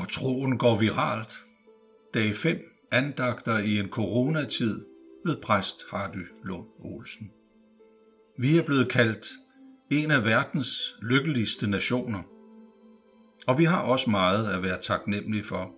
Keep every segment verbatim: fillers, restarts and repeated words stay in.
Troen går viralt. Dag fem. Andagter i en coronatid ved præst Hardy Lund Olsen. Vi er blevet kaldt en af verdens lykkeligste nationer, og vi har også meget at være taknemmelige for.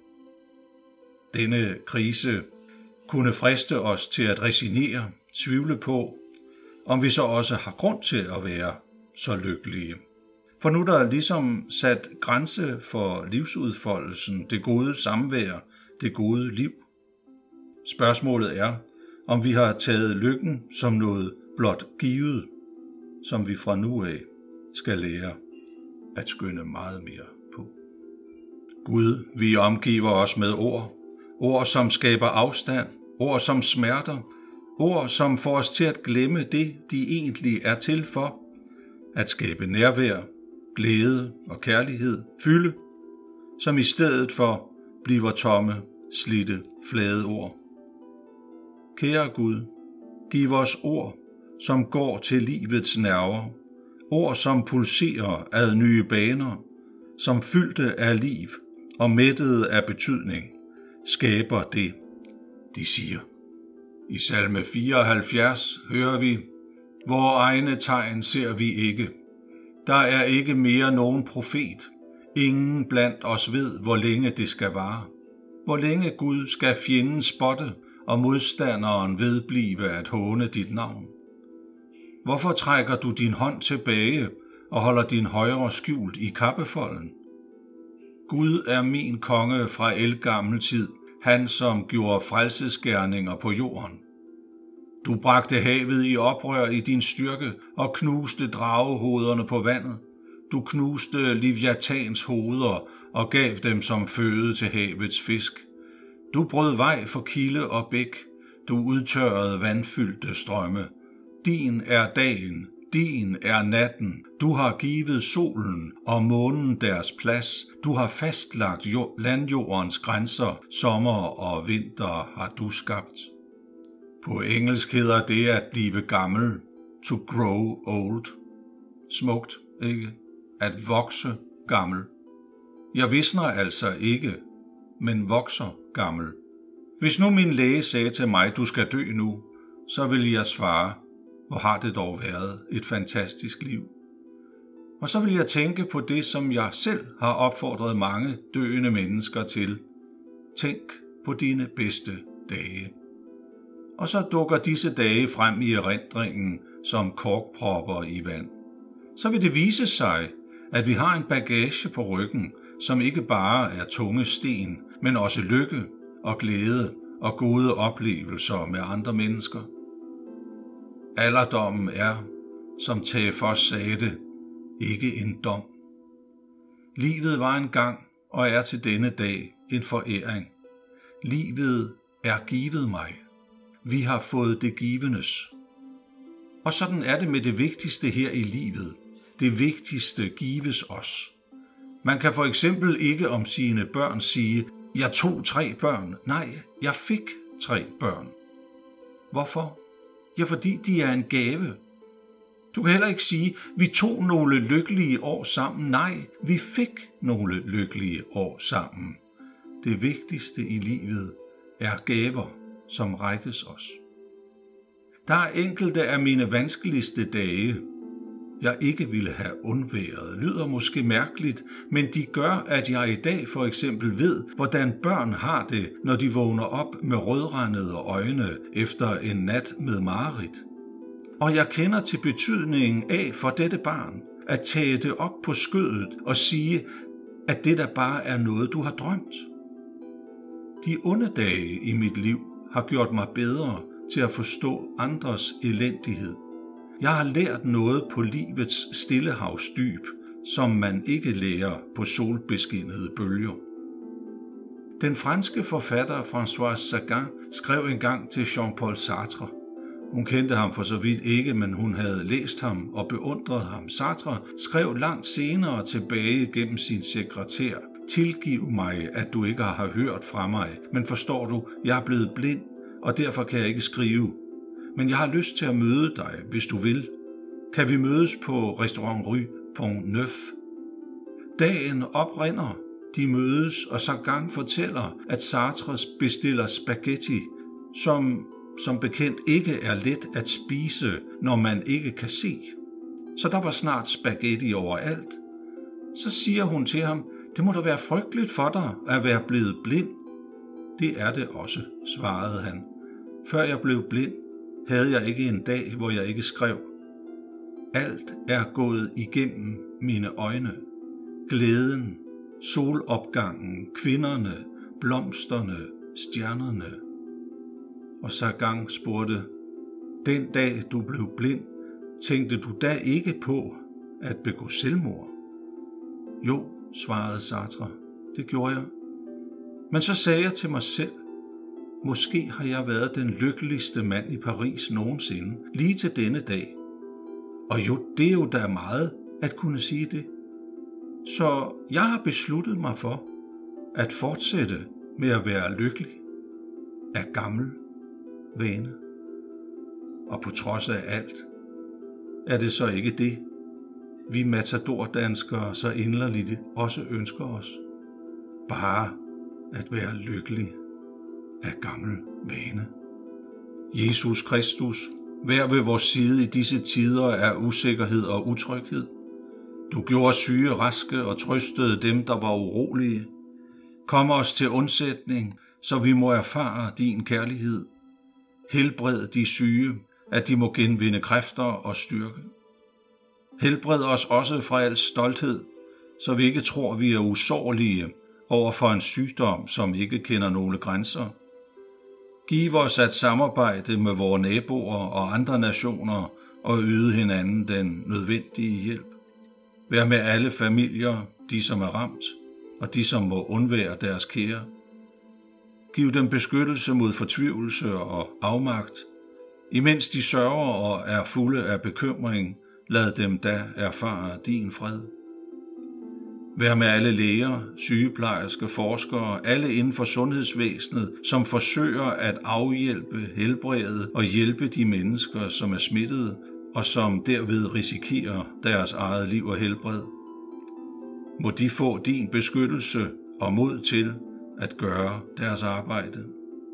Denne krise kunne friste os til at resignere, tvivle på, om vi så også har grund til at være så lykkelige. For nu er der ligesom sat grænse for livsudfoldelsen, det gode samvær, det gode liv. Spørgsmålet er, om vi har taget lykken som noget blot givet, som vi fra nu af skal lære at skynde meget mere på. Gud, vi omgiver os med ord. Ord, som skaber afstand. Ord, som smerter. Ord, som får os til at glemme det, de egentlig er til for. At skabe nærvær, glæde og kærlighed, fylde, som i stedet for bliver tomme, slidte, flade ord. Kære Gud, giv os ord, som går til livets nerver, ord, som pulserer ad nye baner, som fyldte af liv og mættede af betydning, skaber det, de siger. I salme fireoghalvfjerds hører vi, vore egne tegn ser vi ikke. Der er ikke mere nogen profet. Ingen blandt os ved, hvor længe det skal vare. Hvor længe Gud skal fjenden spotte, og modstanderen vedblive at håne dit navn. Hvorfor trækker du din hånd tilbage og holder din højre skjult i kappefolden? Gud er min konge fra ældgammel tid, han som gjorde frelsesgerninger på jorden. Du bragte havet i oprør i din styrke og knuste dragehoderne på vandet. Du knuste Liviatans hoveder og gav dem som føde til havets fisk. Du brød vej for kilde og bæk. Du udtørrede vandfyldte strømme. Din er dagen, din er natten. Du har givet solen og månen deres plads. Du har fastlagt landjordens grænser. Sommer og vinter har du skabt. På engelsk hedder det at blive gammel, to grow old. Smukt, ikke? At vokse gammel. Jeg visner altså ikke, men vokser gammel. Hvis nu min læge sagde til mig, du skal dø nu, så vil jeg svare, hvor har det dog været et fantastisk liv. Og så vil jeg tænke på det, som jeg selv har opfordret mange døende mennesker til. Tænk på dine bedste dage. Og så dukker disse dage frem i erindringen som korkpropper i vand. Så vil det vise sig, at vi har en bagage på ryggen, som ikke bare er tunge sten, men også lykke og glæde og gode oplevelser med andre mennesker. Alderdommen er, som Tage Foss sagde det, ikke en dom. Livet var engang og er til denne dag en foræring. Livet er givet mig. Vi har fået det givenes. Og sådan er det med det vigtigste her i livet. Det vigtigste gives os. Man kan for eksempel ikke om sine børn sige, jeg tog tre børn. Nej, jeg fik tre børn. Hvorfor? Ja, fordi de er en gave. Du kan heller ikke sige, vi tog nogle lykkelige år sammen. Nej, vi fik nogle lykkelige år sammen. Det vigtigste i livet er gaver, som rækkes os. Der er enkelte af mine vanskeligste dage, jeg ikke ville have undværet, lyder måske mærkeligt, men de gør, at jeg i dag for eksempel ved, hvordan børn har det, når de vågner op med rødrandede øjne efter en nat med mareridt. Og jeg kender til betydningen af for dette barn, at tage det op på skødet og sige, at det der bare er noget, du har drømt. De onde dage i mit liv har gjort mig bedre til at forstå andres elendighed. Jeg har lært noget på livets stillehavsdyb, som man ikke lærer på solbeskinnede bølger. Den franske forfatter Françoise Sagan skrev engang til Jean-Paul Sartre. Hun kendte ham for så vidt ikke, men hun havde læst ham og beundret ham. Sartre skrev langt senere tilbage gennem sin sekretær, tilgiv mig, at du ikke har hørt fra mig, men forstår du, jeg er blevet blind, og derfor kan jeg ikke skrive. Men jeg har lyst til at møde dig, hvis du vil. Kan vi mødes på Restaurant Rue Pont Neuf? Dagen oprinder, De mødes og så gang fortæller, at Sartre bestiller spaghetti, som som bekendt ikke er let at spise, når man ikke kan se. Så der var snart spaghetti overalt. Så siger hun til ham, det må da være frygteligt for dig at være blevet blind. Det er det også, svarede han. Før jeg blev blind, havde jeg ikke en dag, hvor jeg ikke skrev. Alt er gået igennem mine øjne. Glæden, solopgangen, kvinderne, blomsterne, stjernerne. Og så gang spurgte, den dag du blev blind, tænkte du da ikke på at begå selvmord? Jo, svarede Sartre, det gjorde jeg. Men så sagde jeg til mig selv, måske har jeg været den lykkeligste mand i Paris nogensinde, lige til denne dag. Og jo, det er jo da meget at kunne sige det. Så jeg har besluttet mig for at fortsætte med at være lykkelig af gammel vane. Og på trods af alt, er det så ikke det, vi matadordanskere så inderligt også ønsker os. Bare at være lykkelig af gammel vane. Jesus Kristus, vær ved vores side i disse tider af usikkerhed og utryghed. Du gjorde syge raske og trøstede dem, der var urolige. Kom os til undsætning, så vi må erfare din kærlighed. Helbred de syge, at de må genvinde kræfter og styrke. Helbred os også fra al stolthed, så vi ikke tror, vi er usårlige over for en sygdom, som ikke kender nogle grænser. Giv os at samarbejde med vores naboer og andre nationer og yde hinanden den nødvendige hjælp. Vær med alle familier, de som er ramt, og de som må undvære deres kære. Giv dem beskyttelse mod fortvivlelse og afmagt. Imens de sørger og er fulde af bekymring, lad dem da erfare din fred. Vær med alle læger, sygeplejersker, forskere, alle inden for sundhedsvæsenet, som forsøger at afhjælpe, helbrede og hjælpe de mennesker, som er smittede, og som derved risikerer deres eget liv og helbred. Må de få din beskyttelse og mod til at gøre deres arbejde.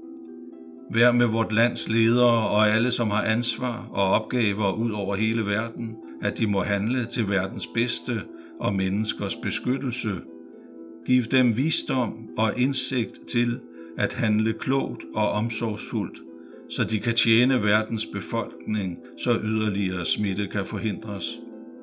Vær med vort lands ledere og alle, som har ansvar og opgaver ud over hele verden, at de må handle til verdens bedste og menneskers beskyttelse. Giv dem visdom og indsigt til at handle klogt og omsorgsfuldt, så de kan tjene verdens befolkning, så yderligere smitte kan forhindres.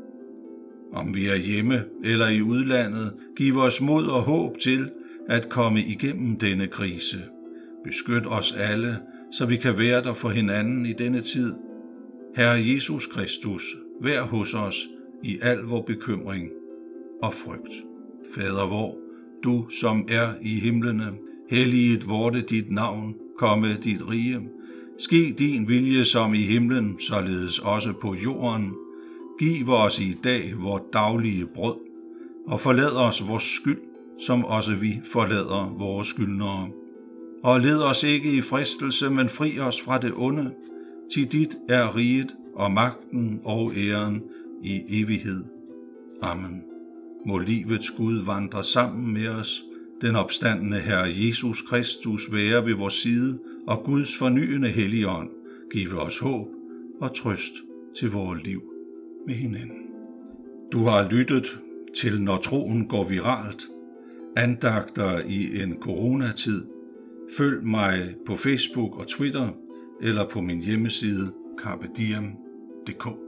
Om vi er hjemme eller i udlandet, giv os mod og håb til at komme igennem denne krise. Beskyt os alle, så vi kan være der for hinanden i denne tid. Herre Jesus Kristus, vær hos os i al vor bekymring og frygt. Fader vor, du som er i himlene, helliget vorte dit navn, komme dit rige. Ske din vilje som i himlen, således også på jorden. Giv os i dag vort daglige brød, og forlad os vores skyld, som også vi forlader vores skyldnere. Og led os ikke i fristelse, men fri os fra det onde. Til dit er riget og magten og æren i evighed. Amen. Må livets Gud vandre sammen med os, den opstandne Herre Jesus Kristus være ved vores side, og Guds fornyende Helligånd give os håb og trøst til vores liv med hinanden. Du har lyttet til Når troen går viralt, andagter i en coronatid. Følg mig på Facebook og Twitter eller på min hjemmeside carpe diem punktum d k.